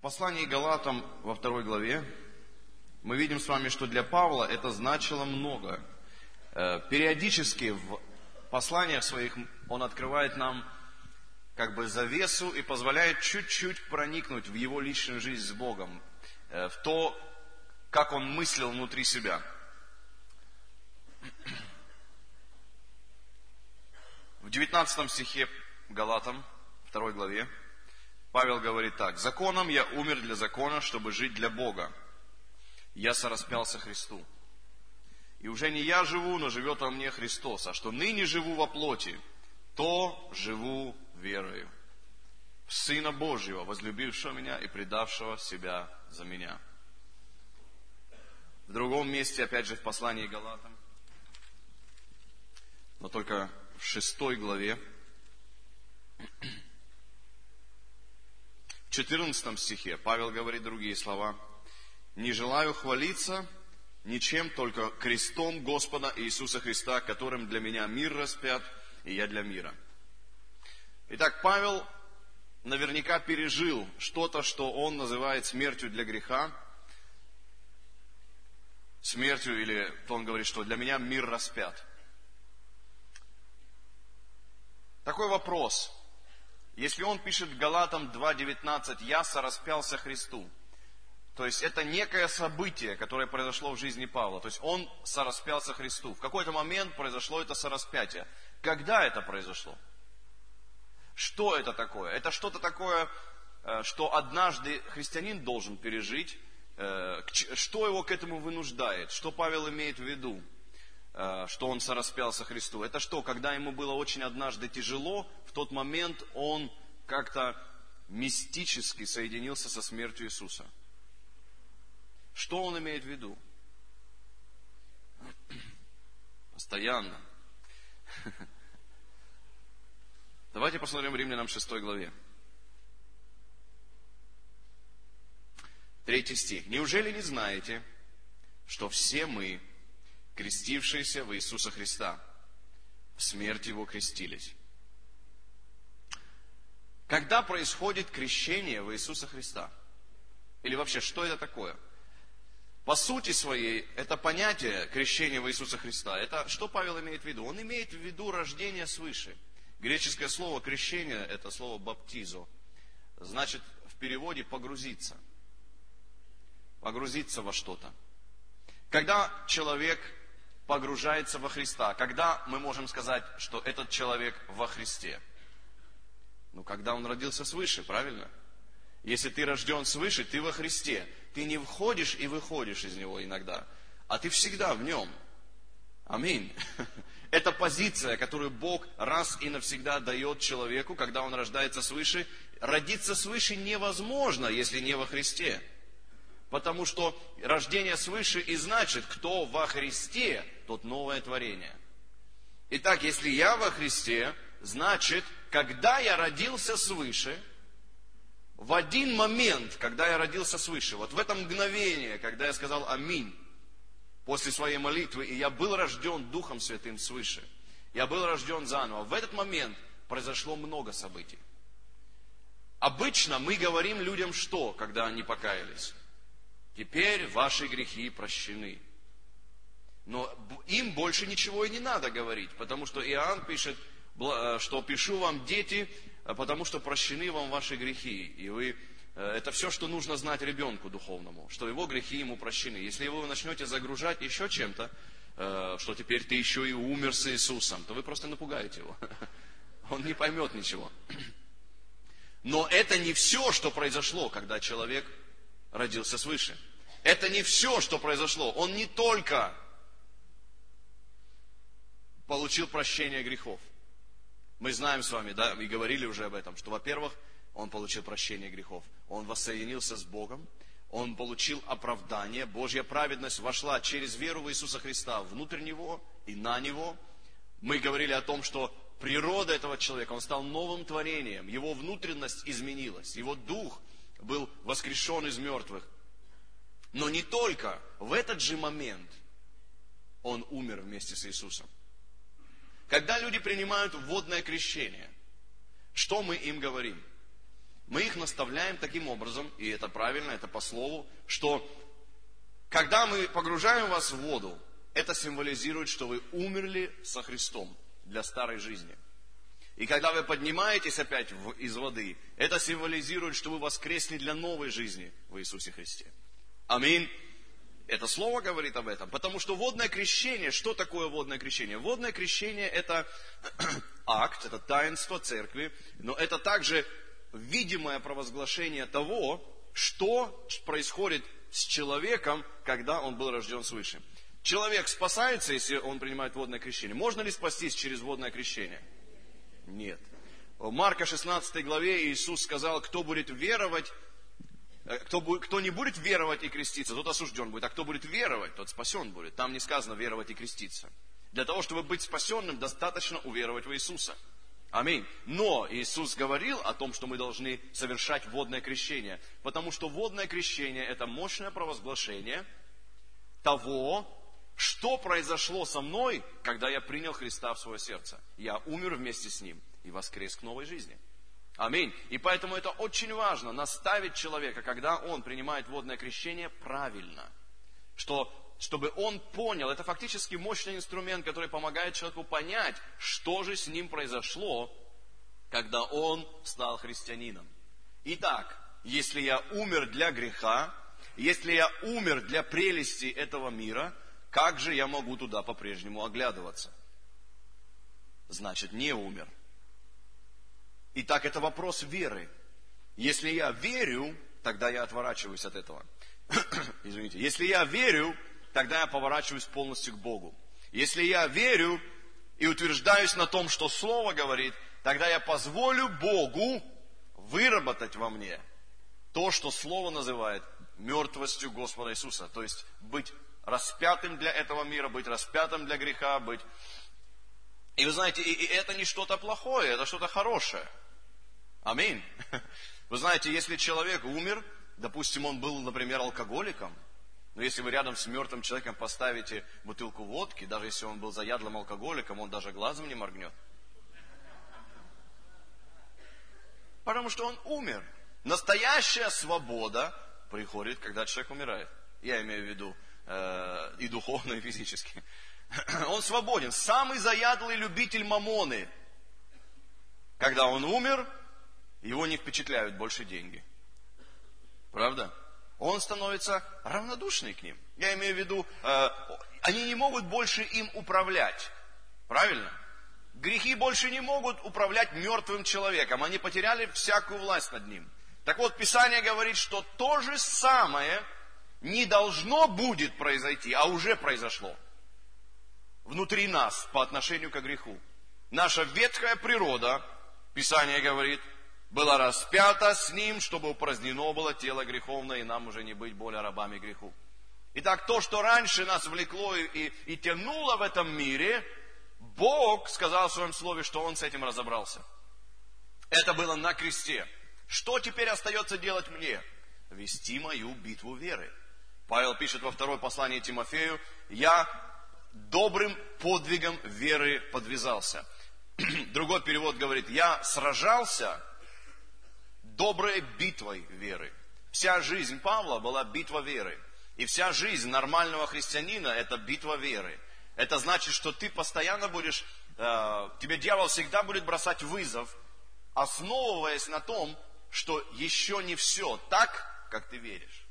послании Галатам во 2 главе мы видим с вами, что для Павла это значило много. Периодически в посланиях своих он открывает нам как бы завесу и позволяет чуть-чуть проникнуть в его личную жизнь с Богом, в то, как он мыслил внутри себя. В 19 стихе Галатам, 2 главе, Павел говорит так: «Законом я умер для закона, чтобы жить для Бога. Я сораспялся Христу. И уже не я живу, но живет во мне Христос. А что ныне живу во плоти, то живу верою в Сына Божьего, возлюбившего меня и предавшего себя за меня». В другом месте, опять же, в послании Галатам, но только в 6 главе, в 14 стихе Павел говорит другие слова: «Не желаю хвалиться ничем, только крестом Господа Иисуса Христа, которым для меня мир распят, и я для мира». Итак, Павел наверняка пережил что-то, что он называет смертью для греха, смертью, или он говорит, что для меня мир распят. Такой вопрос. Если он пишет в Галатам 2:19: «Я сораспялся Христу», то есть это некое событие, которое произошло в жизни Павла. То есть он сораспялся Христу. В какой-то момент произошло это сораспятие. Когда это произошло? Что это такое? Это что-то такое, что однажды христианин должен пережить. Что его к этому вынуждает? Что Павел имеет в виду, что он сораспялся Христу? Это что, когда ему было очень однажды тяжело, в тот момент он как-то мистически соединился со смертью Иисуса? Что он имеет в виду? Постоянно. Давайте посмотрим Римлянам 6 главе. 3 стих. «Неужели не знаете, что все мы, крестившиеся в Иисуса Христа, в смерть Его крестились?» Когда происходит крещение в Иисуса Христа? Или вообще, что это такое? По сути своей, это понятие крещения в Иисуса Христа, это что Павел имеет в виду? Он имеет в виду рождение свыше. Греческое слово крещение, это слово баптизо, значит в переводе погрузиться. Погрузиться во что-то. Когда человек погружается во Христа, когда мы можем сказать, что этот человек во Христе? Когда он родился свыше, правильно? Если ты рожден свыше, ты во Христе. Ты не входишь и выходишь из Него иногда, а ты всегда в Нем. Аминь. Это позиция, которую Бог раз и навсегда дает человеку, когда он рождается свыше. Родиться свыше невозможно, если не во Христе. Потому что рождение свыше и значит, кто во Христе, тот новое творение. Итак, если я во Христе, значит, когда я родился свыше, в один момент, когда я родился свыше, вот в это мгновение, когда я сказал «Аминь», после своей молитвы, и я был рожден Духом Святым свыше, я был рожден заново, в этот момент произошло много событий. Обычно мы говорим людям что, когда они покаялись? «Теперь ваши грехи прощены». Но им больше ничего и не надо говорить, потому что Иоанн пишет, что «пишу вам, дети, потому что прощены вам ваши грехи». И это все, что нужно знать ребенку духовному, что его грехи ему прощены. Если вы начнете загружать еще чем-то, что теперь ты еще и умер с Иисусом, то вы просто напугаете его. Он не поймет ничего. Но это не все, что произошло, когда человек родился свыше. Это не все, что произошло. Он не только получил прощение грехов. Мы знаем с вами, да, и говорили уже об этом, что, во-первых, он получил прощение грехов. Он воссоединился с Богом. Он получил оправдание. Божья праведность вошла через веру в Иисуса Христа внутрь него и на него. Мы говорили о том, что природа этого человека, он стал новым творением. Его внутренность изменилась. Его дух был воскрешен из мертвых. Но не только. В этот же момент он умер вместе с Иисусом. Когда люди принимают водное крещение, что мы им говорим? мы их наставляем таким образом, и это правильно, это по слову, что когда мы погружаем вас в воду, это символизирует, что вы умерли со Христом для старой жизни. И когда вы поднимаетесь опять из воды, это символизирует, что вы воскресли для новой жизни в Иисусе Христе. Аминь. Это слово говорит об этом. Потому что водное крещение, что такое водное крещение? Водное крещение это акт, это таинство церкви, но это также видимое провозглашение того, что происходит с человеком, когда он был рожден свыше. Человек спасается, если он принимает водное крещение. Можно ли спастись через водное крещение? Нет. В Марка 16 главе Иисус сказал, кто будет веровать, кто не будет веровать и креститься, тот осужден будет. А кто будет веровать, тот спасен будет. Там не сказано веровать и креститься. Для того, чтобы быть спасенным, достаточно уверовать в Иисуса. Аминь. Но Иисус говорил о том, что мы должны совершать водное крещение. Потому что водное крещение это мощное провозглашение того, что произошло со мной, когда я принял Христа в свое сердце. Я умер вместе с Ним и воскрес к новой жизни. Аминь. И поэтому это очень важно, наставить человека, когда он принимает водное крещение, правильно. Чтобы он понял, это фактически мощный инструмент, который помогает человеку понять, что же с ним произошло, когда он стал христианином. Итак, если я умер для греха, если я умер для прелести этого мира, как же я могу туда по-прежнему оглядываться? Значит, не умер. Итак, это вопрос веры. Если я верю, тогда я отворачиваюсь от этого. Извините. Если я верю, тогда я поворачиваюсь полностью к Богу. Если я верю и утверждаюсь на том, что Слово говорит, тогда я позволю Богу выработать во мне то, что Слово называет мертвостью Господа Иисуса. То есть быть распятым для этого мира, быть распятым для греха, быть... И вы знаете, и это не что-то плохое, это что-то хорошее. Аминь. Вы знаете, если человек умер, допустим, он был, например, алкоголиком, но если вы рядом с мертвым человеком поставите бутылку водки, даже если он был заядлым алкоголиком, он даже глазом не моргнет. Потому что он умер. Настоящая свобода приходит, когда человек умирает. Я имею в виду и духовно, и физически. Он свободен. Самый заядлый любитель мамоны. Когда он умер, его не впечатляют больше деньги. Правда? Он становится равнодушный к ним. Я имею в виду, они не могут больше им управлять. Правильно? Грехи больше не могут управлять мертвым человеком. Они потеряли всякую власть над ним. Так вот, Писание говорит, что то же самое не должно будет произойти, а уже произошло. Внутри нас по отношению к греху. Наша ветхая природа, Писание говорит, была распята с Ним, чтобы упразднено было тело греховное, и нам уже не быть более рабами греху. Итак, то, что раньше нас влекло и тянуло в этом мире, Бог сказал в Своем Слове, что Он с этим разобрался. Это было на кресте. Что теперь остается делать мне? Вести мою битву веры. Павел пишет во второе послание Тимофею, я добрым подвигом веры подвязался. Другой перевод говорит, я сражался доброй битвой веры. Вся жизнь Павла была битва веры. И вся жизнь нормального христианина это битва веры. Это значит, что ты постоянно будешь, тебе дьявол всегда будет бросать вызов, основываясь на том, что еще не все так, как ты веришь.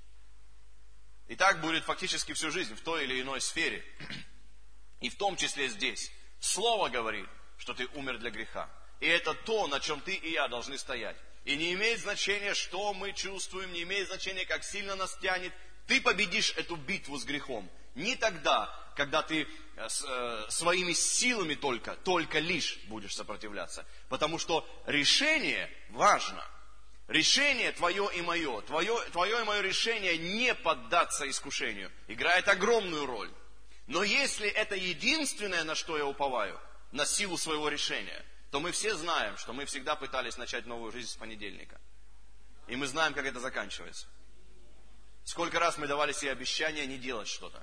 И так будет фактически всю жизнь в той или иной сфере. И в том числе здесь. Слово говорит, что ты умер для греха. И это то, на чем ты и я должны стоять. И не имеет значения, что мы чувствуем, не имеет значения, как сильно нас тянет. Ты победишь эту битву с грехом. Не тогда, когда ты своими силами только лишь будешь сопротивляться. Потому что решение важно. Решение твое и мое. Твое и мое решение не поддаться искушению играет огромную роль. Но если это единственное, на что я уповаю, на силу своего решения, то мы все знаем, что мы всегда пытались начать новую жизнь с понедельника. И мы знаем, как это заканчивается. Сколько раз мы давали себе обещания не делать что-то.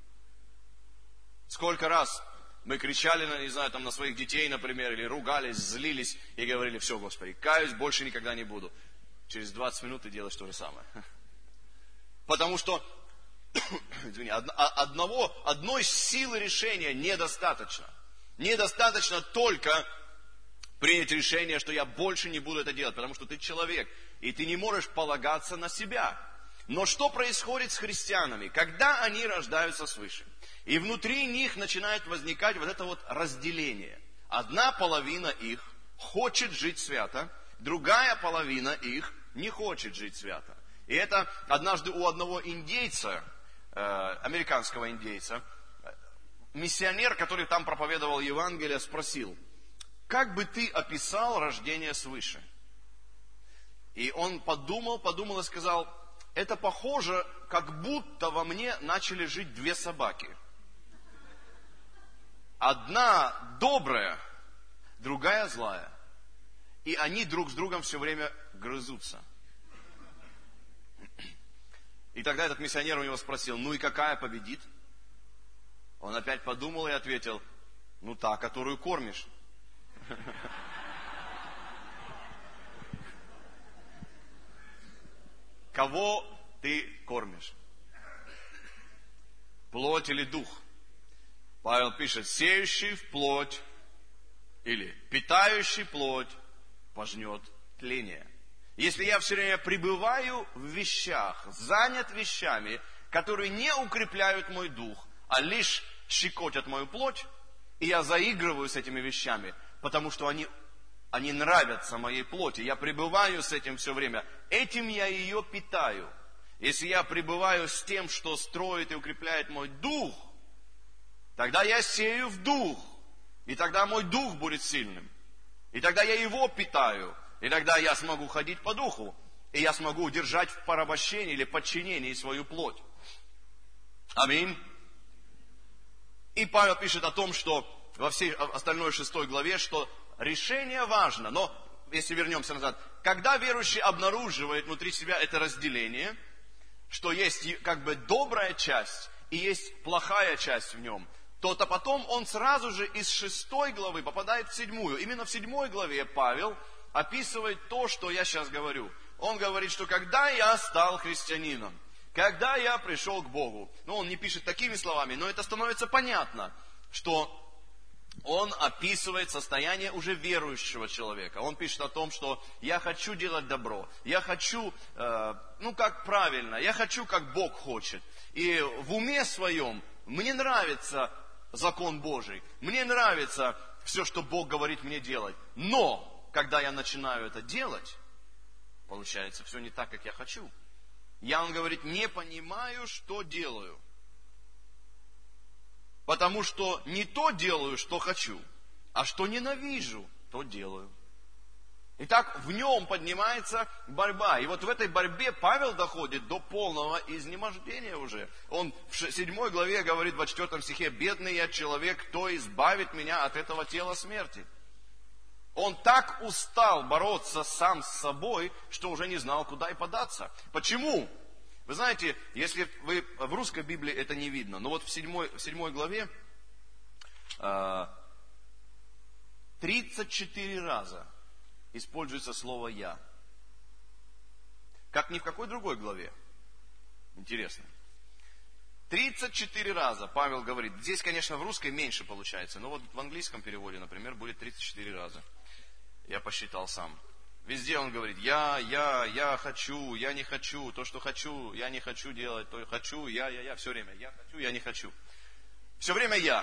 Сколько раз мы кричали, не знаю, там, на своих детей, например, или ругались, злились и говорили, все, Господи, каюсь, больше никогда не буду. через 20 минут ты делаешь то же самое. Потому что извини, одной силы решения недостаточно. Недостаточно только принять решение, что я больше не буду это делать, потому что ты человек, и ты не можешь полагаться на себя. Но что происходит с христианами, когда они рождаются свыше? И внутри них начинает возникать вот это вот разделение. Одна половина их хочет жить свято, другая половина их не хочет жить свято. И это однажды у одного индейца, американского индейца, миссионер, который там проповедовал Евангелие, спросил: как бы ты описал рождение свыше? И он подумал и сказал: это похоже, как будто во мне начали жить две собаки. Одна добрая, другая злая. И они друг с другом все время грызутся. И тогда этот миссионер у него спросил: ну и какая победит? Он опять подумал и ответил: ну та, которую кормишь. Кого ты кормишь? Плоть или дух? Павел пишет: сеющий в плоть или питающий плоть пожнет тление. Если я все время пребываю в вещах, занят вещами, которые не укрепляют мой дух, а лишь щекотят мою плоть, и я заигрываю с этими вещами, потому что они нравятся моей плоти, я пребываю с этим все время, этим я ее питаю. Если я пребываю с тем, что строит и укрепляет мой дух, тогда я сею в дух, и тогда мой дух будет сильным, и тогда я его питаю, и тогда я смогу ходить по духу, и я смогу удержать в порабощении или подчинении свою плоть. Аминь. И Павел пишет о том, что во всей остальной 6 главе, что решение важно, но если вернемся назад, когда верующий обнаруживает внутри себя это разделение, что есть как бы добрая часть и есть плохая часть в нем, то потом он сразу же из 6 главы попадает в 7. Именно в 7 главе Павел описывает то, что я сейчас говорю. Он говорит, что когда я стал христианином, когда я пришел к Богу, он не пишет такими словами, но это становится понятно, что он описывает состояние уже верующего человека. Он пишет о том, что я хочу делать добро, я хочу, как правильно, я хочу, как Бог хочет. И в уме своем мне нравится закон Божий, мне нравится все, что Бог говорит мне делать. Но, когда я начинаю это делать, получается все не так, как я хочу. Он говорит, не понимаю, что делаю. Потому что не то делаю, что хочу, а что ненавижу, то делаю. Итак, в нем поднимается борьба. И вот в этой борьбе Павел доходит до полного изнемождения уже. Он в 7 главе говорит в 24 стихе: «Бедный я человек, кто избавит меня от этого тела смерти?» Он так устал бороться сам с собой, что уже не знал, куда и податься. Почему? Вы знаете, если вы в русской Библии это не видно, но вот в 7 главе 34 раза используется слово «я». Как ни в какой другой главе. Интересно. 34 раза Павел говорит. Здесь, конечно, в русской меньше получается, но вот в английском переводе, например, будет 34 раза. Я посчитал сам. Везде он говорит: я хочу, я не хочу, то, что хочу, я не хочу делать, то хочу, я, все время, я хочу, я не хочу. Все время я.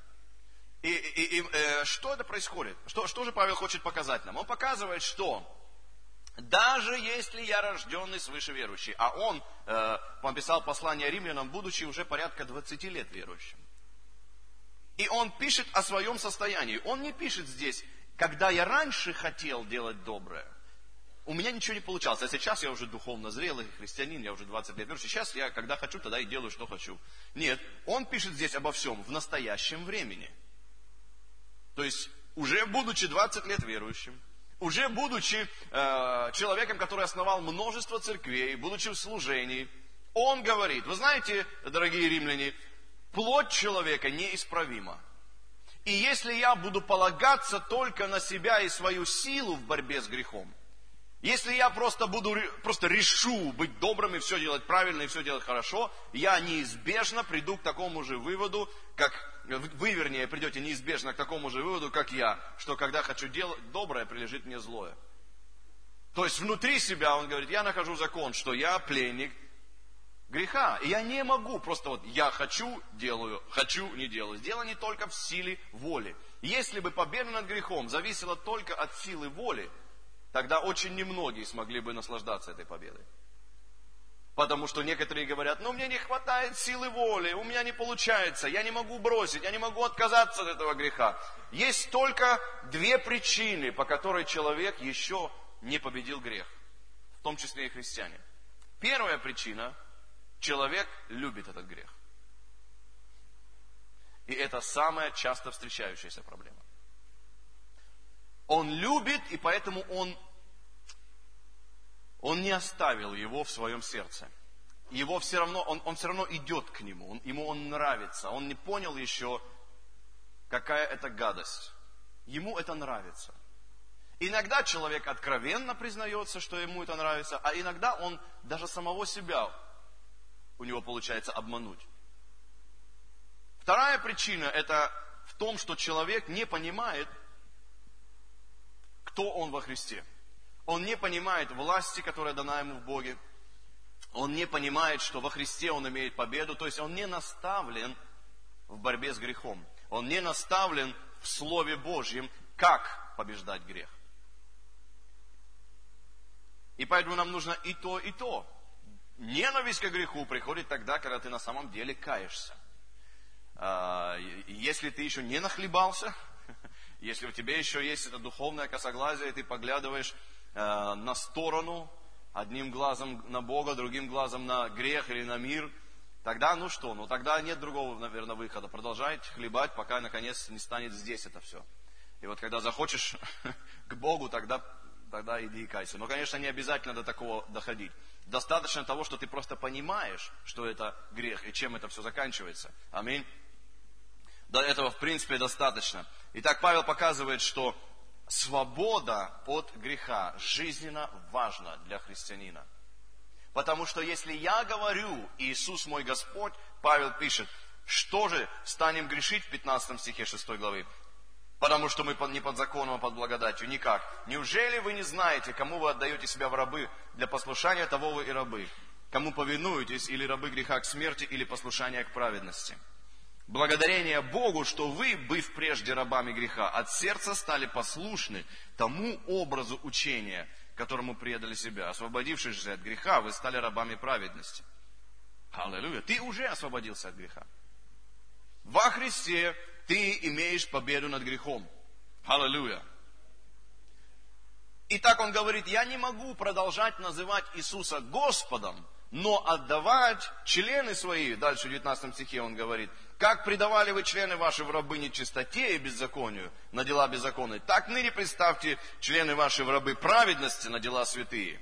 И что это происходит? Что же Павел хочет показать нам? Он показывает, что даже если я рожденный свыше верующий, а он написал послание римлянам, будучи уже порядка 20 лет верующим. И он пишет о своем состоянии. Он не пишет здесь: когда я раньше хотел делать доброе, у меня ничего не получалось. А сейчас я уже духовно зрелый христианин, я уже 20 лет верующий. Сейчас я, когда хочу, тогда и делаю, что хочу. Нет, он пишет здесь обо всем в настоящем времени. То есть, уже будучи 20 лет верующим, уже будучи человеком, который основал множество церквей, будучи в служении, он говорит: вы знаете, дорогие римляне, плоть человека неисправима. И если я буду полагаться только на себя и свою силу в борьбе с грехом, Если я просто решу быть добрым и все делать правильно, и все делать хорошо, я неизбежно приду к такому же выводу, вы, придете неизбежно к такому же выводу, как я, что когда хочу делать доброе, прилежит мне злое. То есть внутри себя он говорит, я нахожу закон, что я пленник греха. И я не могу просто я хочу, делаю, хочу, не делаю. Дело не только в силе воли. Если бы победа над грехом зависела только от силы воли, тогда очень немногие смогли бы наслаждаться этой победой. Потому что некоторые говорят, мне не хватает силы воли, у меня не получается, я не могу бросить, я не могу отказаться от этого греха. Есть только две причины, по которой человек еще не победил грех, в том числе и христиане. Первая причина – человек любит этот грех. И это самая часто встречающаяся проблема. Он любит, и поэтому он не оставил его в своем сердце. Его все равно, он все равно идет к нему, ему он нравится. Он не понял еще, какая это гадость. Ему это нравится. Иногда человек откровенно признается, что ему это нравится, а иногда он даже самого себя, у него получается обмануть. Вторая причина, это в том, что человек не понимает, кто он во Христе. Он не понимает власти, которая дана ему в Боге. Он не понимает, что во Христе он имеет победу. То есть он не наставлен в борьбе с грехом. Он не наставлен в Слове Божьем, как побеждать грех. И поэтому нам нужно и то, и то. Ненависть к греху приходит тогда, когда ты на самом деле каешься. Если ты еще не нахлебался, если у тебя еще есть это духовное косоглазие, и ты поглядываешь на сторону, одним глазом на Бога, другим глазом на грех или на мир, тогда тогда нет другого, наверное, выхода. Продолжай хлебать, пока наконец не станет здесь это все. И вот когда захочешь к Богу, тогда иди и кайся. Но, конечно, не обязательно до такого доходить. Достаточно того, что ты просто понимаешь, что это грех и чем это все заканчивается. Аминь. До этого, в принципе, достаточно. Итак, Павел показывает, что свобода от греха жизненно важна для христианина. Потому что если я говорю, Иисус мой Господь, Павел пишет, что же станем грешить в 15 стихе 6 главы? Потому что мы не под законом, а под благодатью. Никак. Неужели вы не знаете, кому вы отдаете себя в рабы? Для послушания того вы и рабы. Кому повинуетесь, или рабы греха к смерти, или послушания к праведности. Благодарение Богу, что вы, быв прежде рабами греха, от сердца стали послушны тому образу учения, которому предали себя. Освободившись же от греха, вы стали рабами праведности. Аллилуйя. Ты уже освободился от греха. Во Христе ты имеешь победу над грехом. Аллилуйя. Итак, он говорит, я не могу продолжать называть Иисуса Господом, но отдавать члены свои, дальше в 19 стихе он говорит, как предавали вы члены ваши в рабы нечистоте и беззаконию на дела беззаконные, так ныне представьте члены ваши в рабы праведности на дела святые.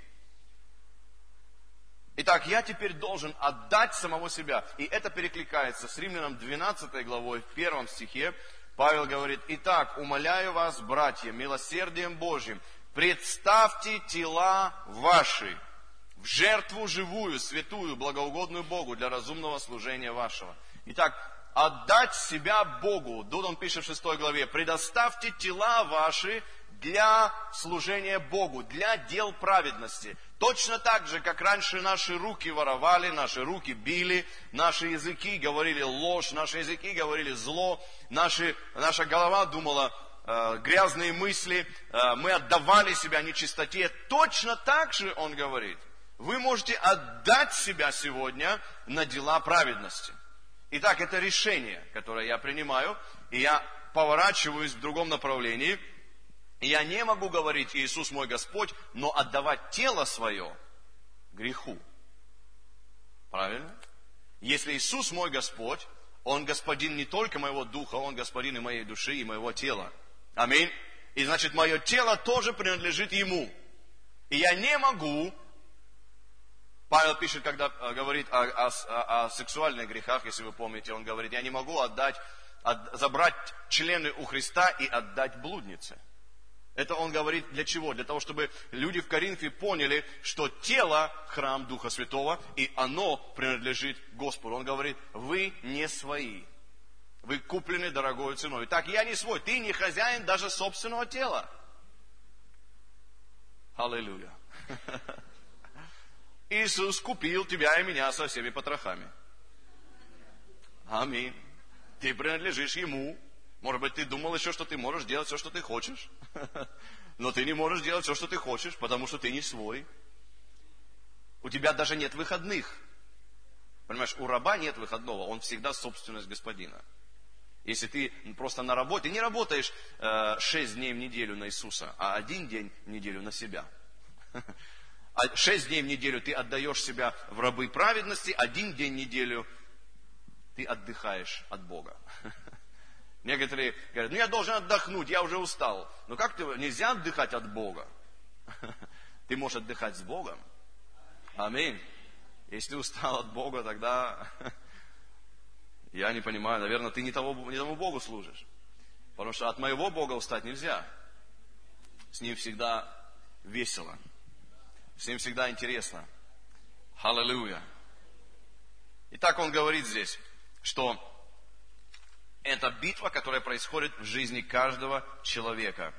Итак, я теперь должен отдать самого себя. И это перекликается с Римлянам 12 главой, в 1 стихе. Павел говорит, итак, умоляю вас, братья, милосердием Божьим, представьте тела ваши в жертву живую, святую, благоугодную Богу для разумного служения вашего. Итак, отдать себя Богу. Тут он пишет в 6 главе, предоставьте тела ваши для служения Богу, для дел праведности. Точно так же, как раньше наши руки воровали, наши руки били, наши языки говорили ложь, наши языки говорили зло, наша голова думала грязные мысли, мы отдавали себя нечистоте. Точно так же, он говорит, вы можете отдать себя сегодня на дела праведности. Итак, это решение, которое я принимаю, и я поворачиваюсь в другом направлении. И я не могу говорить, Иисус мой Господь, но отдавать тело свое греху. Правильно? Если Иисус мой Господь, Он господин не только моего духа, Он господин и моей души, и моего тела. Аминь. И значит, мое тело тоже принадлежит Ему. И я не могу, Павел пишет, когда говорит о сексуальных грехах, если вы помните, он говорит, я не могу забрать члены у Христа и отдать блуднице. Это он говорит для чего? Для того, чтобы люди в Коринфе поняли, что тело – храм Духа Святого, и оно принадлежит Господу. Он говорит, вы не свои. Вы куплены дорогой ценой. Так, я не свой. Ты не хозяин даже собственного тела. Аллилуйя. Иисус купил тебя и меня со всеми потрохами. Аминь. Ты принадлежишь Ему. Может быть, ты думал еще, что ты можешь делать все, что ты хочешь. Но ты не можешь делать все, что ты хочешь, потому что ты не свой. У тебя даже нет выходных. Понимаешь, у раба нет выходного. Он всегда собственность господина. Если ты просто на работе, не работаешь 6 дней в неделю на Иисуса, а 1 день в неделю на себя. 6 дней в неделю ты отдаешь себя в рабы праведности, 1 день в неделю ты отдыхаешь от Бога. Некоторые говорят, я должен отдохнуть, я уже устал. Но как ты, нельзя отдыхать от Бога. Ты можешь отдыхать с Богом. Аминь. Если устал от Бога, тогда я не понимаю, наверное, ты не тому Богу служишь. Потому что от моего Бога устать нельзя. С Ним всегда весело. С Ним всегда интересно. Аллилуйя. Итак, он говорит здесь, что это битва, которая происходит в жизни каждого человека.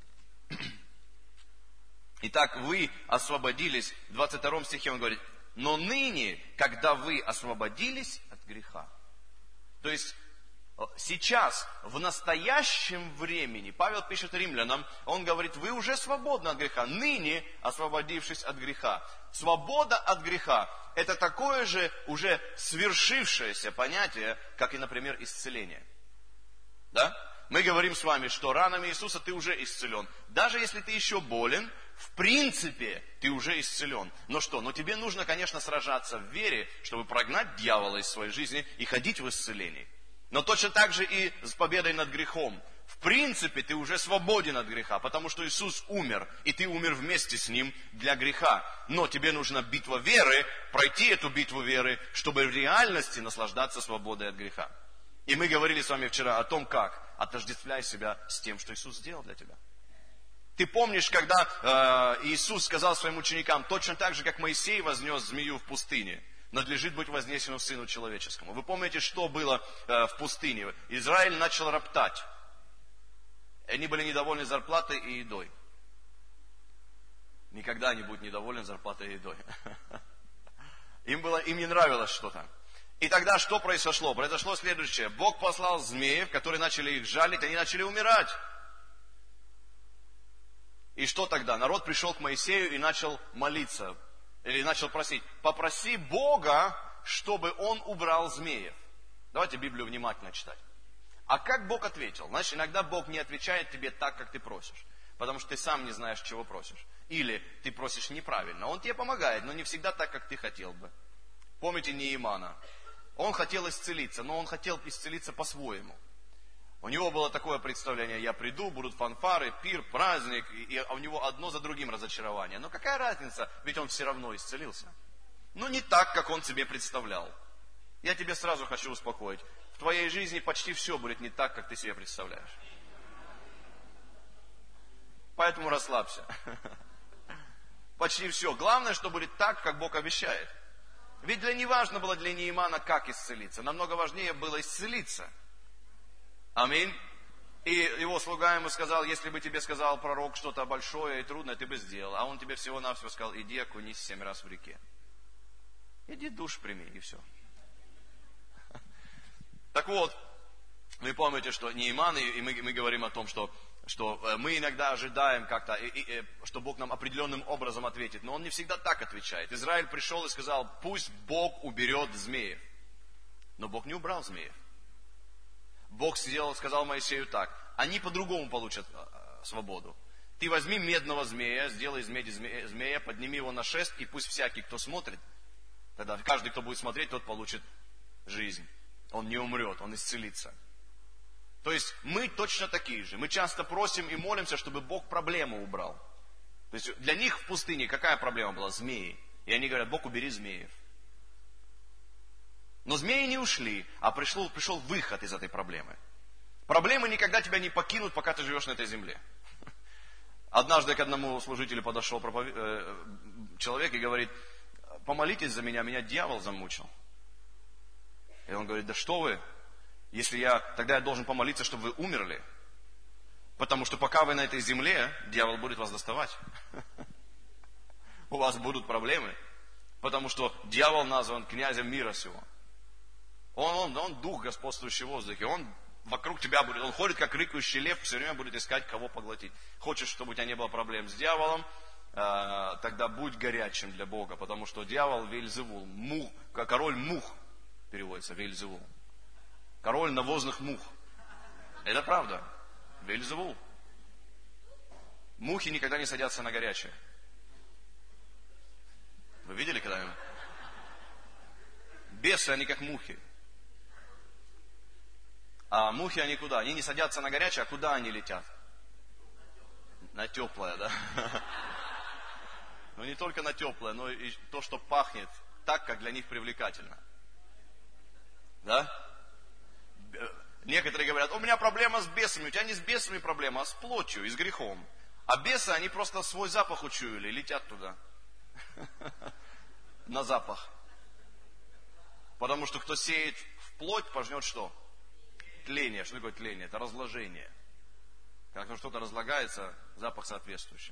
Итак, вы освободились, в 22 стихе он говорит, но ныне, когда вы освободились от греха. То есть, сейчас, в настоящем времени, Павел пишет римлянам, он говорит, вы уже свободны от греха, ныне освободившись от греха. Свобода от греха – это такое же уже свершившееся понятие, как и, например, исцеление. Да? Мы говорим с вами, что ранами Иисуса ты уже исцелен. Даже если ты еще болен, в принципе, ты уже исцелен. Но что? Но тебе нужно, конечно, сражаться в вере, чтобы прогнать дьявола из своей жизни и ходить в исцелении. Но точно так же и с победой над грехом. В принципе, ты уже свободен от греха, потому что Иисус умер, и ты умер вместе с Ним для греха. Но тебе нужна битва веры, пройти эту битву веры, чтобы в реальности наслаждаться свободой от греха. И мы говорили с вами вчера о том, как отождествляй себя с тем, что Иисус сделал для тебя. Ты помнишь, когда Иисус сказал своим ученикам, точно так же, как Моисей вознес змею в пустыне, надлежит быть вознесенным Сыну Человеческому. Вы помните, что было в пустыне? Израиль начал роптать. Они были недовольны зарплатой и едой. Никогда не будут недовольны зарплатой и едой. Им не нравилось что-то. И тогда что произошло? Произошло следующее. Бог послал змеев, которые начали их жалить, они начали умирать. И что тогда? Народ пришел к Моисею и начал молиться. Или начал просить. Попроси Бога, чтобы Он убрал змеев. Давайте Библию внимательно читать. А как Бог ответил? Знаешь, иногда Бог не отвечает тебе так, как ты просишь. Потому что ты сам не знаешь, чего просишь. Или ты просишь неправильно. Он тебе помогает, но не всегда так, как ты хотел бы. Помните Неемана? Он хотел исцелиться, но он хотел исцелиться по-своему. У него было такое представление, я приду, будут фанфары, пир, праздник, а у него одно за другим разочарование. Но какая разница, ведь он все равно исцелился. Но не так, как он себе представлял. Я тебе сразу хочу успокоить. В твоей жизни почти все будет не так, как ты себе представляешь. Поэтому расслабься. Почти все. Главное, что будет так, как Бог обещает. Ведь не важно было для Неемана, как исцелиться. Намного важнее было исцелиться. Аминь. И его слуга ему сказал, если бы тебе сказал пророк что-то большое и трудное, ты бы сделал. А он тебе всего-навсего сказал, иди окунись 7 раз в реке. Иди душ прими, и все. Так вот, вы помните, что Нееман, и мы говорим о том, что мы иногда ожидаем как-то, что Бог нам определенным образом ответит. Но Он не всегда так отвечает. Израиль пришел и сказал, пусть Бог уберет змеев. Но Бог не убрал змеев. Бог сказал Моисею так, они по-другому получат свободу. Ты возьми медного змея, сделай из меди змея, подними его на шест, и пусть всякий, кто смотрит, тогда каждый, кто будет смотреть, тот получит жизнь. Он не умрет, он исцелится. То есть мы точно такие же. Мы часто просим и молимся, чтобы Бог проблему убрал. То есть для них в пустыне какая проблема была? Змеи. И они говорят, Бог, убери змеев. Но змеи не ушли, а пришел выход из этой проблемы. Проблемы никогда тебя не покинут, пока ты живешь на этой земле. Однажды к одному служителю подошел человек и говорит: помолитесь за меня, меня дьявол замучил. И он говорит: да что вы, тогда я должен помолиться, чтобы вы умерли. Потому что пока вы на этой земле, дьявол будет вас доставать. У вас будут проблемы. Потому что дьявол назван князем мира сего. Он дух, господствующий в воздухе. Он вокруг тебя будет, он ходит как рыкающий лев, все время будет искать, кого поглотить. Хочешь, чтобы у тебя не было проблем с дьяволом, тогда будь горячим для Бога. Потому что дьявол Вельзевул, король мух переводится, Вельзевул. Король навозных мух. Это правда. Вельзевул. Мухи никогда не садятся на горячее. Вы видели когда-нибудь? Бесы, они как мухи. А мухи, они куда? Они не садятся на горячее, а куда они летят? На теплое, да? Но не только на теплое, но и то, что пахнет так, как для них привлекательно. Да? Некоторые говорят: у меня проблема с бесами. У тебя не с бесами проблема, а с плотью и с грехом. А бесы, они просто свой запах учуяли и летят туда. На запах. Потому что кто сеет в плоть, пожнет что? Тление. Что такое тление? Это разложение. Когда что-то разлагается, запах соответствующий.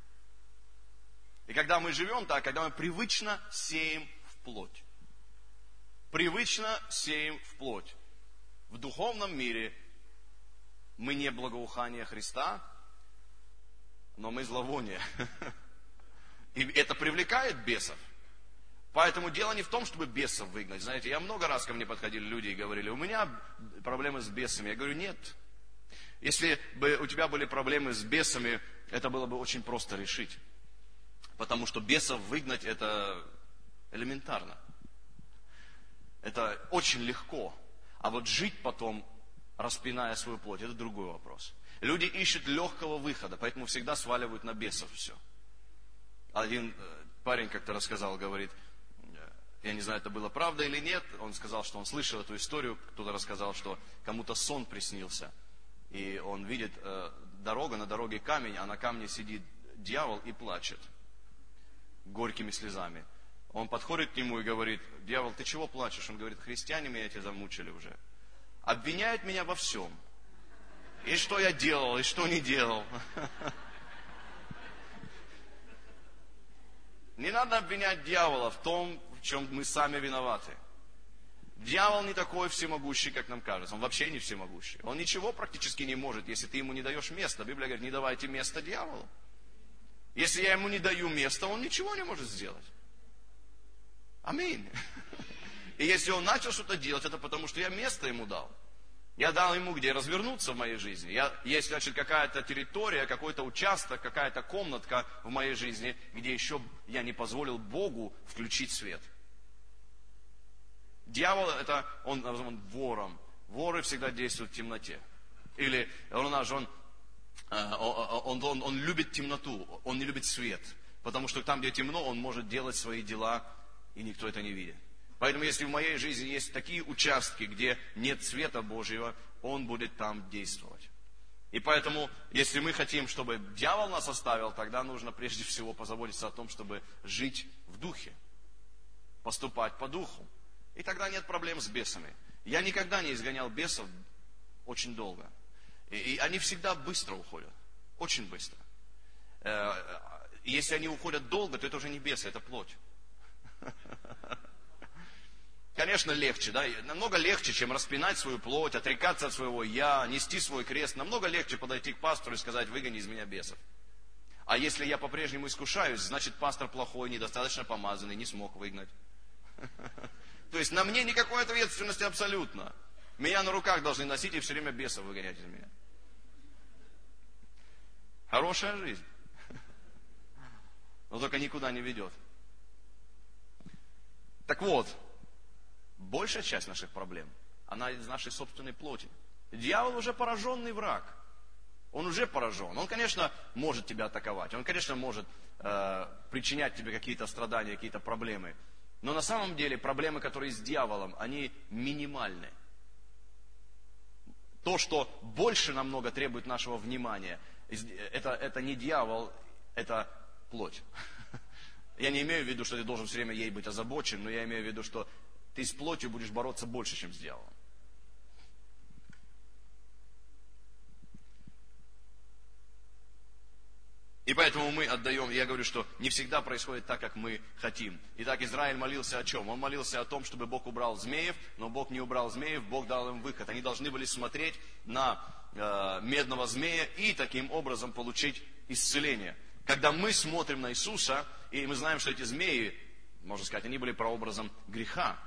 И когда мы живем так, когда мы привычно сеем в плоть. Привычно сеем в плоть. В духовном мире мы не благоухание Христа, но мы зловоние. И это привлекает бесов. Поэтому дело не в том, чтобы бесов выгнать. Знаете, я много раз ко мне подходили люди и говорили: у меня проблемы с бесами. Я говорю: нет. Если бы у тебя были проблемы с бесами, это было бы очень просто решить. Потому что бесов выгнать это элементарно. Это очень легко. А вот жить потом, распиная свою плоть, это другой вопрос. Люди ищут легкого выхода, поэтому всегда сваливают на бесов все. Один парень как-то рассказал, говорит, я не знаю, это было правда или нет, он сказал, что он слышал эту историю, кто-то рассказал, что кому-то сон приснился. И он видит дорога, на дороге камень, а на камне сидит дьявол и плачет горькими слезами. Он подходит к нему и говорит: дьявол, ты чего плачешь? Он говорит: христиане меня эти замучили уже. Обвиняют меня во всем. И что я делал, и что не делал. Не надо обвинять дьявола в том, в чем мы сами виноваты. Дьявол не такой всемогущий, как нам кажется. Он вообще не всемогущий. Он ничего практически не может, если ты ему не даешь места. Библия говорит: не давайте место дьяволу. Если я ему не даю места, он ничего не может сделать. Аминь. И если он начал что-то делать, это потому, что я место ему дал. Я дал ему где развернуться в моей жизни. Есть, значит, какая-то территория, какой-то участок, какая-то комнатка в моей жизни, где еще я не позволил Богу включить свет. Дьявол, он называем вором. Воры всегда действуют в темноте. Или он любит темноту, он не любит свет. Потому что там, где темно, он может делать свои дела, и никто это не видит. Поэтому, если в моей жизни есть такие участки, где нет света Божьего, он будет там действовать. И поэтому, если мы хотим, чтобы дьявол нас оставил, тогда нужно прежде всего позаботиться о том, чтобы жить в духе, поступать по духу. И тогда нет проблем с бесами. Я никогда не изгонял бесов очень долго. И они всегда быстро уходят. Очень быстро. И если они уходят долго, то это уже не бесы, это плоть. Конечно, легче, да, намного легче, чем распинать свою плоть, отрекаться от своего «я», нести свой крест. Намного легче подойти к пастору и сказать: выгони из меня бесов. А если я по-прежнему искушаюсь, значит, пастор плохой, недостаточно помазанный, не смог выгнать. То есть на мне никакой ответственности абсолютно. Меня на руках должны носить и все время бесов выгонять из меня. Хорошая жизнь. Но только никуда не ведет. Так вот, большая часть наших проблем, она из нашей собственной плоти. Дьявол уже пораженный враг. Он уже поражен. Он, конечно, может тебя атаковать. Он, конечно, может причинять тебе какие-то страдания, какие-то проблемы. Но на самом деле проблемы, которые с дьяволом, они минимальны. То, что больше намного требует нашего внимания, Это не дьявол, это плоть. Я не имею в виду, что ты должен все время ей быть озабочен, но я имею в виду, что ты с плотью будешь бороться больше, чем с дьяволом. И поэтому мы отдаем, я говорю, что не всегда происходит так, как мы хотим. Итак, Израиль молился о чем? Он молился о том, чтобы Бог убрал змеев, но Бог не убрал змеев, Бог дал им выход. Они должны были смотреть на медного змея и таким образом получить исцеление. Когда мы смотрим на Иисуса, и мы знаем, что эти змеи, можно сказать, они были прообразом греха.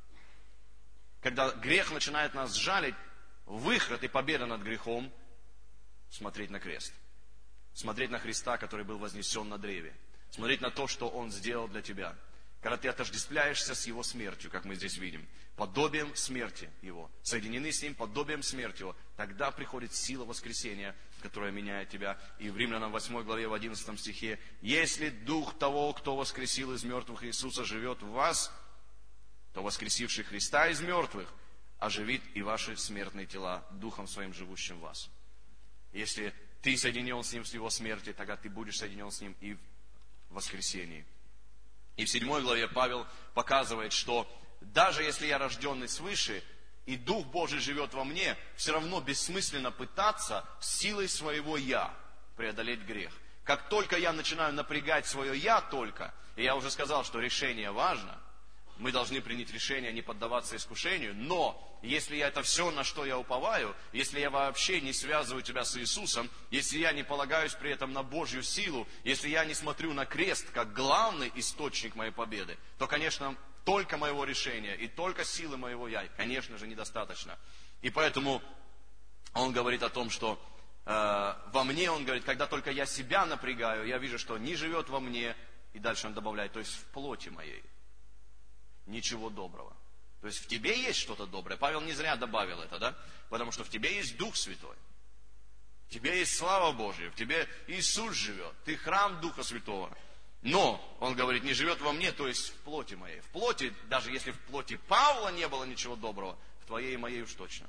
Когда грех начинает нас жалить, выход и победа над грехом — смотреть на крест. Смотреть на Христа, который был вознесен на древе. Смотреть на то, что Он сделал для тебя. Когда ты отождествляешься с Его смертью, как мы здесь видим, подобием смерти Его, соединены с Ним подобием смерти Его, тогда приходит сила воскресения, которая меняет тебя. И в Римлянам 8 главе, в 11 стихе: «Если Дух того, кто воскресил из мертвых Иисуса, живет в вас, то воскресивший Христа из мертвых оживит и ваши смертные тела Духом Своим, живущим в вас». Если ты соединен с Ним в Его смерти, тогда ты будешь соединен с Ним и в воскресении. И в 7 главе Павел показывает, что даже если я рожденный свыше, и Дух Божий живет во мне, все равно бессмысленно пытаться силой своего «я» преодолеть грех. Как только я начинаю напрягать свое «я» только, и я уже сказал, что решение важно, мы должны принять решение не поддаваться искушению, но если это все, на что я уповаю, если я вообще не связываю тебя с Иисусом, если я не полагаюсь при этом на Божью силу, если я не смотрю на крест как главный источник моей победы, то, конечно, только моего решения и только силы моего «я», конечно же, недостаточно. И поэтому он говорит о том, что во мне, он говорит, когда только я себя напрягаю, я вижу, что не живет во мне, и дальше он добавляет, то есть в плоти моей. Ничего доброго. То есть в тебе есть что-то доброе. Павел не зря добавил это, да? Потому что в тебе есть Дух Святой. В тебе есть слава Божья. В тебе Иисус живет. Ты храм Духа Святого. Но, он говорит, не живет во мне, то есть в плоти моей. В плоти, даже если в плоти Павла не было ничего доброго, в твоей и моей уж точно.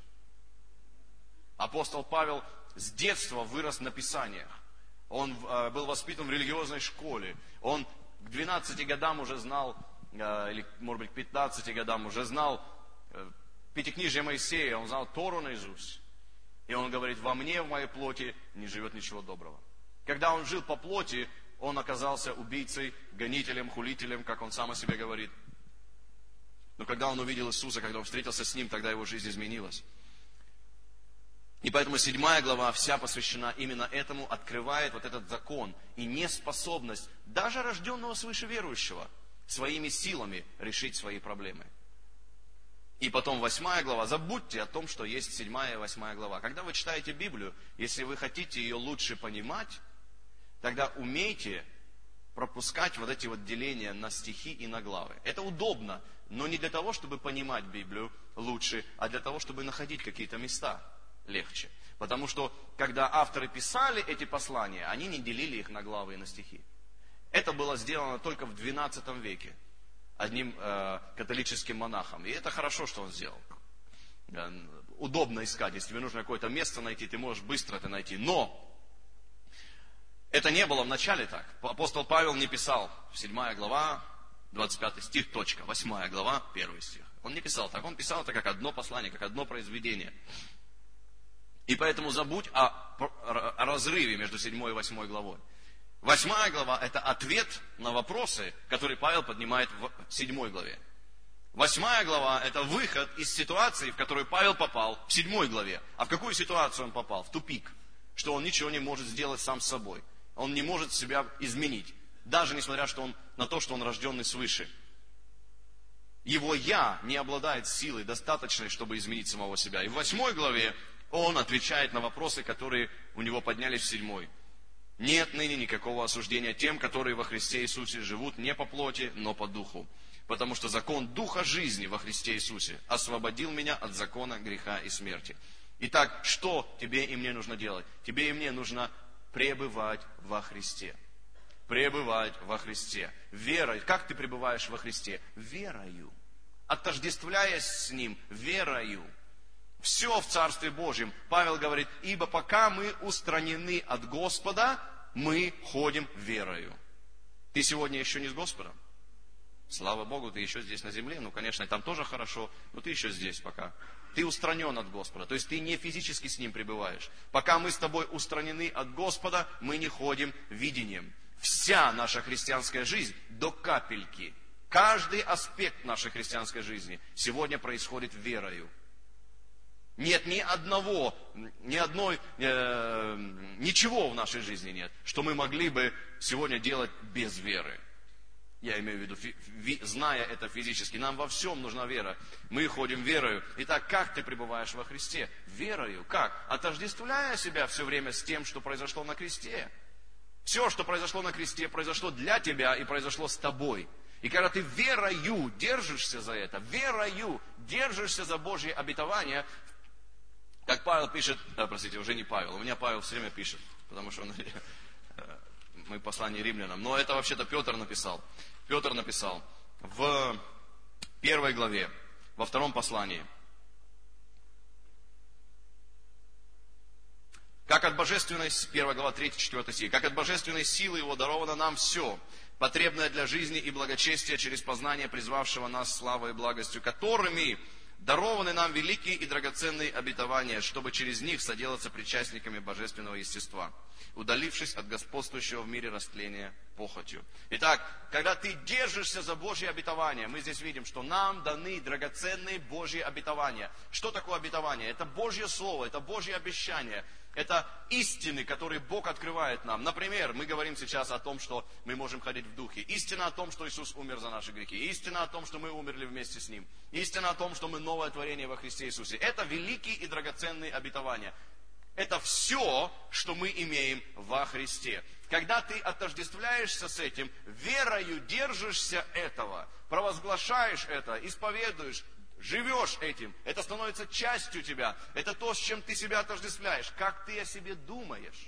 Апостол Павел с детства вырос на Писаниях. Он был воспитан в религиозной школе. Он к 12 годам уже знал, или, может быть, к 15 годам уже знал Пятикнижие Моисея, он знал Тору наизусть. И он говорит, во мне, в моей плоти не живет ничего доброго. Когда он жил по плоти, он оказался убийцей, гонителем, хулителем, как он сам о себе говорит. Но когда он увидел Иисуса, когда он встретился с Ним, тогда его жизнь изменилась. И поэтому 7 глава вся посвящена именно этому, открывает вот этот закон и неспособность даже рожденного свыше верующего своими силами решить свои проблемы. И потом 8 глава. Забудьте о том, что есть 7 и 8 глава. Когда вы читаете Библию, если вы хотите ее лучше понимать, тогда умейте пропускать вот эти вот деления на стихи и на главы. Это удобно, но не для того, чтобы понимать Библию лучше, а для того, чтобы находить какие-то места легче. Потому что, когда авторы писали эти послания, они не делили их на главы и на стихи. Это было сделано только в XII веке одним католическим монахом. И это хорошо, что он сделал. Удобно искать. Если тебе нужно какое-то место найти, ты можешь быстро это найти. Но это не было вначале так. Апостол Павел не писал 7 глава, 25 стих, точка, 8 глава, 1 стих. Он не писал так. Он писал это как одно послание, как одно произведение. И поэтому забудь о разрыве между 7 и 8 главой. 8 глава – это ответ на вопросы, которые Павел поднимает в 7 главе. 8 глава – это выход из ситуации, в которую Павел попал в 7 главе. А в какую ситуацию он попал? В тупик. Что он ничего не может сделать сам с собой. Он не может себя изменить. Даже несмотря на то, что он рожденный свыше. Его «я» не обладает силой достаточной, чтобы изменить самого себя. И в 8 главе он отвечает на вопросы, которые у него поднялись в 7. Нет ныне никакого осуждения тем, которые во Христе Иисусе живут не по плоти, но по духу. Потому что закон Духа жизни во Христе Иисусе освободил меня от закона греха и смерти. Итак, что тебе и мне нужно делать? Тебе и мне нужно пребывать во Христе. Пребывать во Христе. Верой. Как ты пребываешь во Христе? Верою. Отождествляясь с Ним, верою. Все в Царстве Божьем. Павел говорит, ибо пока мы устранены от Господа, мы ходим верою. Ты сегодня еще не с Господом? Слава Богу, ты еще здесь на земле. Ну, конечно, там тоже хорошо, но ты еще здесь пока. Ты устранен от Господа, то есть ты не физически с Ним пребываешь. Пока мы с тобой устранены от Господа, мы не ходим видением. Вся наша христианская жизнь до капельки, каждый аспект нашей христианской жизни сегодня происходит верою. Нет ничего в нашей жизни нет, что мы могли бы сегодня делать без веры. Я имею в виду, зная это физически. Нам во всем нужна вера. Мы ходим верою. Итак, как ты пребываешь во Христе? Верою. Как? Отождествляя себя все время с тем, что произошло на кресте. Все, что произошло на кресте, произошло для тебя и произошло с тобой. И когда ты верою держишься за это, верою держишься за Божье обетование, как Павел пишет, уже не Павел, у меня Павел все время пишет, потому что мы послание римлянам, но это вообще-то Петр написал. Петр написал в 1 главе, во 2 послании. Как от божественной, 1 глава, 3-4 стих, как от божественной силы Его даровано нам все, потребное для жизни и благочестия через познание призвавшего нас славой и благостью, которыми дарованы нам великие и драгоценные обетования, чтобы через них соделаться причастниками божественного естества, удалившись от господствующего в мире растления похотью. Итак, когда ты держишься за Божье обетование, мы здесь видим, что нам даны драгоценные Божьи обетования. Что такое обетование? Это Божье Слово, это Божье обещание. Это истины, которые Бог открывает нам. Например, мы говорим сейчас о том, что мы можем ходить в Духе. Истина о том, что Иисус умер за наши грехи. Истина о том, что мы умерли вместе с Ним. Истина о том, что мы новое творение во Христе Иисусе. Это великие и драгоценные обетования. Это все, что мы имеем во Христе. Когда ты отождествляешься с этим, верою держишься этого, провозглашаешь это, исповедуешь, живешь этим, это становится частью тебя. Это то, с чем ты себя отождествляешь. Как ты о себе думаешь.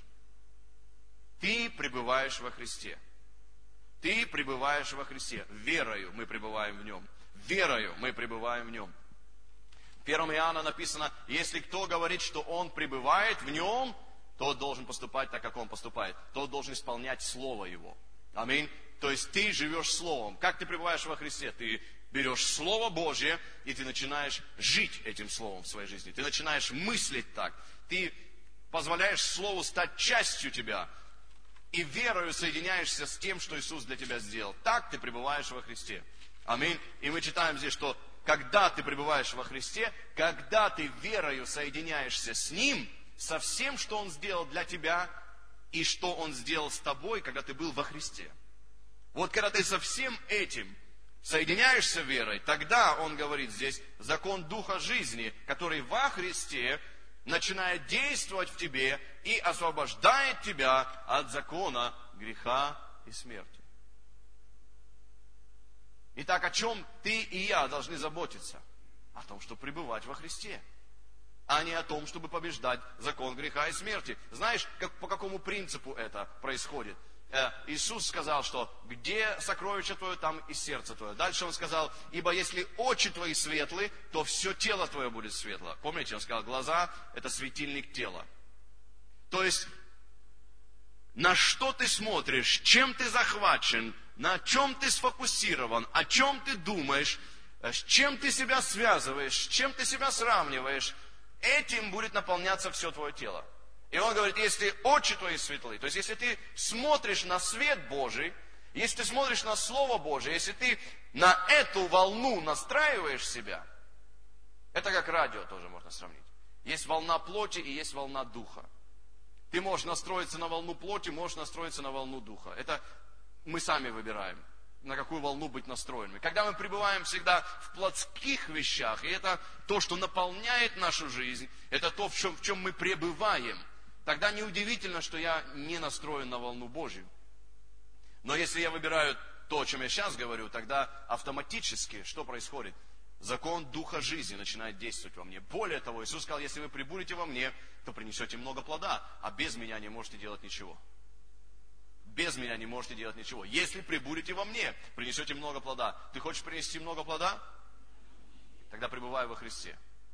Ты пребываешь во Христе. Ты пребываешь во Христе. Верою мы пребываем в Нем. Верою мы пребываем в Нем. В 1 Иоанна написано, если кто говорит, что он пребывает в Нем, тот должен поступать так, как он поступает. Тот должен исполнять Слово Его. Аминь. То есть ты живешь Словом. Как ты пребываешь во Христе? Ты берешь Слово Божье, и ты начинаешь жить этим Словом в своей жизни. Ты начинаешь мыслить так. Ты позволяешь Слову стать частью тебя. И верою соединяешься с тем, что Иисус для тебя сделал. Так ты пребываешь во Христе. Аминь. И мы читаем здесь, что когда ты пребываешь во Христе, когда ты верою соединяешься с Ним, со всем, что Он сделал для тебя, и что Он сделал с тобой, когда ты был во Христе. Вот когда ты со всем этим соединяешься верой, тогда, он говорит здесь, закон Духа жизни, который во Христе начинает действовать в тебе и освобождает тебя от закона греха и смерти. Итак, о чем ты и я должны заботиться? О том, чтобы пребывать во Христе, а не о том, чтобы побеждать закон греха и смерти. Знаешь, по какому принципу это происходит? Иисус сказал, что где сокровище твое, там и сердце твое. Дальше Он сказал, ибо если очи твои светлы, то все тело твое будет светло. Помните, Он сказал, глаза – это светильник тела. То есть, на что ты смотришь, чем ты захвачен, на чем ты сфокусирован, о чем ты думаешь, с чем ты себя связываешь, с чем ты себя сравниваешь, этим будет наполняться все твое тело. И он говорит, если очи твои светлы, то есть если ты смотришь на свет Божий, если ты смотришь на Слово Божие, если ты на эту волну настраиваешь себя, это как радио тоже можно сравнить. Есть волна плоти и есть волна духа. Ты можешь настроиться на волну плоти, можешь настроиться на волну духа. Это мы сами выбираем, на какую волну быть настроенными. Когда мы пребываем всегда в плотских вещах, и это то, что наполняет нашу жизнь, это то, в чем мы пребываем, тогда неудивительно, что я не настроен на волну Божью. Но если я выбираю то, о чем я сейчас говорю, тогда автоматически что происходит? Закон Духа жизни начинает действовать во мне. Более того, Иисус сказал, если вы пребудете во мне, то принесете много плода, а без меня не можете делать ничего. Без меня не можете делать ничего. Если пребудете во мне, принесете много плода. Ты хочешь принести много плода? Тогда пребывай во Христе.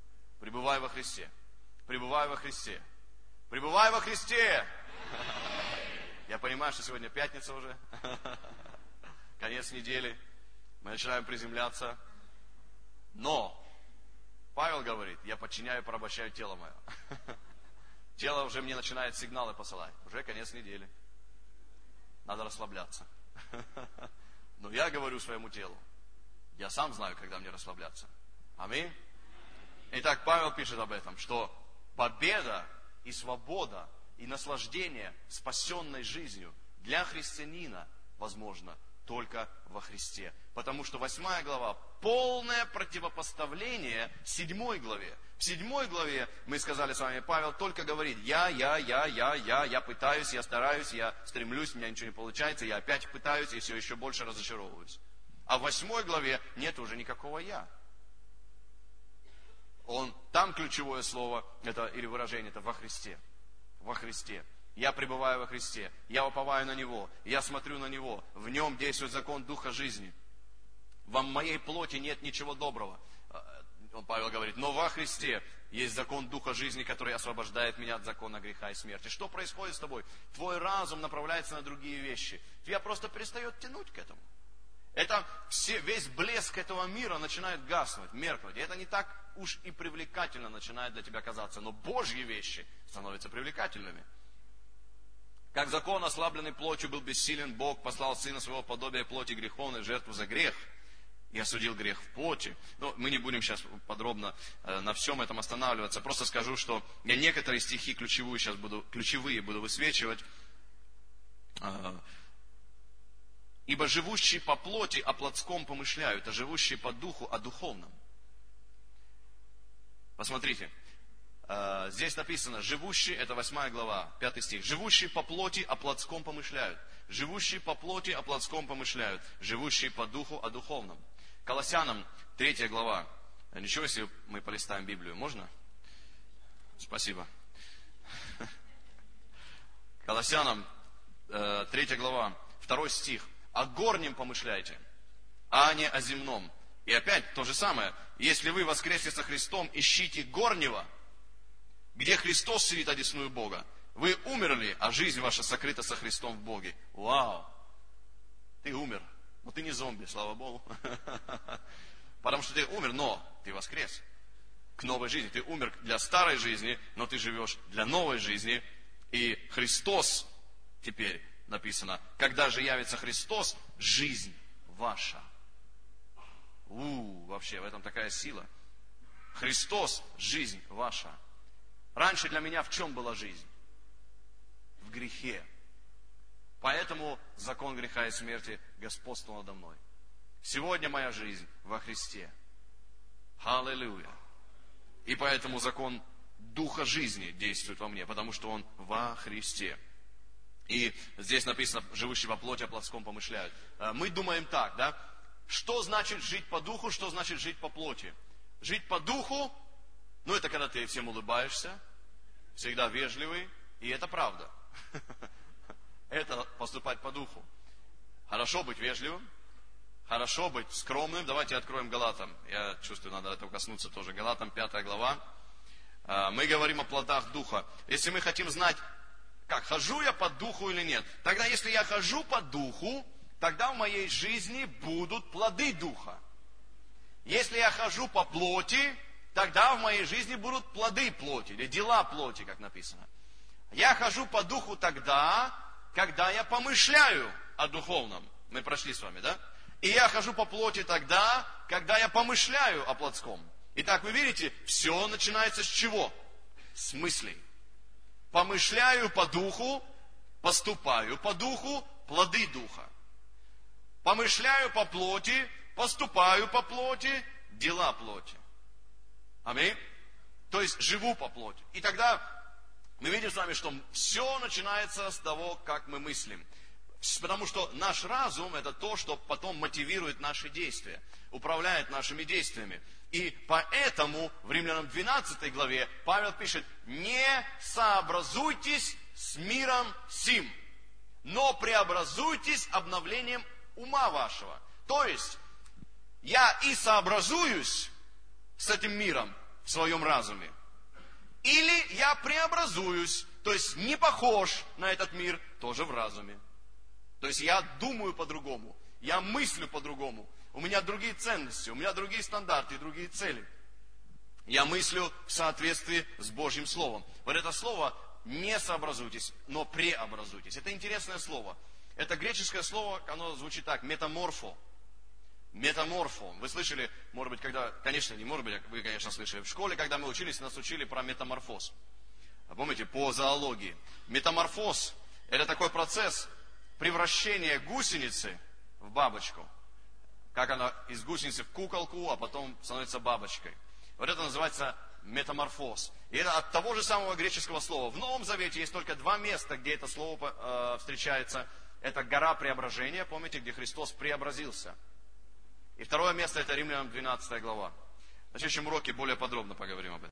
Пребывай во Христе. Пребывай во Христе. Пребывай во Христе. Я понимаю, что сегодня пятница уже. Конец недели. Мы начинаем приземляться. Но Павел говорит, я подчиняю и порабощаю тело мое. Тело уже мне начинает сигналы посылать. Уже конец недели. Надо расслабляться. Но я говорю своему телу, я сам знаю, когда мне расслабляться. Аминь. Итак, Павел пишет об этом, что победа и свобода и наслаждение спасенной жизнью для христианина возможно только во Христе. Потому что 8 глава полное противопоставление 7 главе. В 7 главе, мы сказали с вами, Павел только говорит, я пытаюсь, я стараюсь, я стремлюсь, у меня ничего не получается, я опять пытаюсь и все еще больше разочаровываюсь. А в 8 главе нет уже никакого я. Там ключевое слово, это, или выражение, это во Христе. Во Христе. Я пребываю во Христе, я уповаю на Него, я смотрю на Него, в Нем действует закон Духа жизни. В моей плоти нет ничего доброго. Павел говорит, но во Христе есть закон Духа жизни, который освобождает меня от закона греха и смерти. Что происходит с тобой? Твой разум направляется на другие вещи. Тебя просто перестает тянуть к этому. Весь блеск этого мира начинает гаснуть, меркнуть. И это не так уж и привлекательно начинает для тебя казаться. Но Божьи вещи становятся привлекательными. Как закон, ослабленный плотью, был бессилен, Бог послал Сына Своего подобия плоти греховной, жертву за грех, и осудил грех в плоти. Но мы не будем сейчас подробно на всем этом останавливаться. Просто скажу, что я некоторые стихи ключевые буду высвечивать. Ибо живущие по плоти о плотском помышляют, а живущие по духу о духовном. Посмотрите. Здесь написано, живущие, это 8 глава, 5 стих. Живущие по плоти о плотском помышляют. Живущие по плоти о плотском помышляют. Живущие по духу о духовном. Колоссянам 3 глава. Ничего, если мы полистаем Библию, можно? Спасибо. Колоссянам 3 глава, 2 стих. О горнем помышляйте, а не о земном. И опять то же самое. Если вы воскресли со Христом, ищите горнего, где Христос сидит одесную Бога. Вы умерли, а жизнь ваша сокрыта со Христом в Боге. Вау! Ты умер, но ты не зомби, слава Богу. Потому что ты умер, но ты воскрес к новой жизни. Ты умер для старой жизни, но ты живешь для новой жизни. И Христос, теперь написано, когда же явится Христос, жизнь ваша. Вообще, в этом такая сила. Христос, жизнь ваша. Раньше для меня в чем была жизнь? В грехе. Поэтому закон греха и смерти господствовал надо мной. Сегодня моя жизнь во Христе. Аллилуйя. И поэтому закон Духа жизни действует во мне, потому что он во Христе. И здесь написано, живущие по плоти о плотском помышляют. Мы думаем так, да? Что значит жить по духу, что значит жить по плоти? Жить по духу, это когда ты всем улыбаешься, всегда вежливый, и это правда. Это поступать по духу. Хорошо быть вежливым, хорошо быть скромным. Давайте откроем Галатам. Я чувствую, надо этого коснуться тоже. Галатам 5 глава. Мы говорим о плодах духа. Если мы хотим знать, как, хожу я по духу или нет, тогда если я хожу по духу, тогда в моей жизни будут плоды духа. Если я хожу по плоти, тогда в моей жизни будут плоды плоти, или дела плоти, как написано. Я хожу по духу тогда, когда я помышляю о духовном. Мы прошли с вами, да? И я хожу по плоти тогда, когда я помышляю о плотском. Итак, вы видите, все начинается с чего? С мыслей. Помышляю по духу, поступаю по духу, плоды духа. Помышляю по плоти, поступаю по плоти, дела плоти. Аминь. То есть живу по плоти. И тогда мы видим с вами, что все начинается с того, как мы мыслим. Потому что наш разум это то, что потом мотивирует наши действия, управляет нашими действиями. И поэтому в Римлянам 12 главе Павел пишет, не сообразуйтесь с миром сим, но преобразуйтесь обновлением ума вашего. То есть, я и сообразуюсь с этим миром, в своем разуме. Или я преобразуюсь, то есть не похож на этот мир, тоже в разуме. То есть я думаю по-другому, я мыслю по-другому, у меня другие ценности, у меня другие стандарты и другие цели. Я мыслю в соответствии с Божьим Словом. Вот это слово «не сообразуйтесь», но «преобразуйтесь». Это интересное слово. Это греческое слово, оно звучит так, метаморфо. Метаморфо. Вы слышали, может быть, когда, конечно, не может быть, вы, конечно, слышали, в школе, когда мы учились, нас учили про метаморфоз. Помните, по зоологии. Метаморфоз – это такой процесс превращения гусеницы в бабочку. Как она из гусеницы в куколку, а потом становится бабочкой. Вот это называется метаморфоз. И это от того же самого греческого слова. В Новом Завете есть только два места, где это слово встречается. Это гора преображения, помните, где Христос преобразился. И второе место это Римлянам 12 глава. На следующем уроке более подробно поговорим об этом.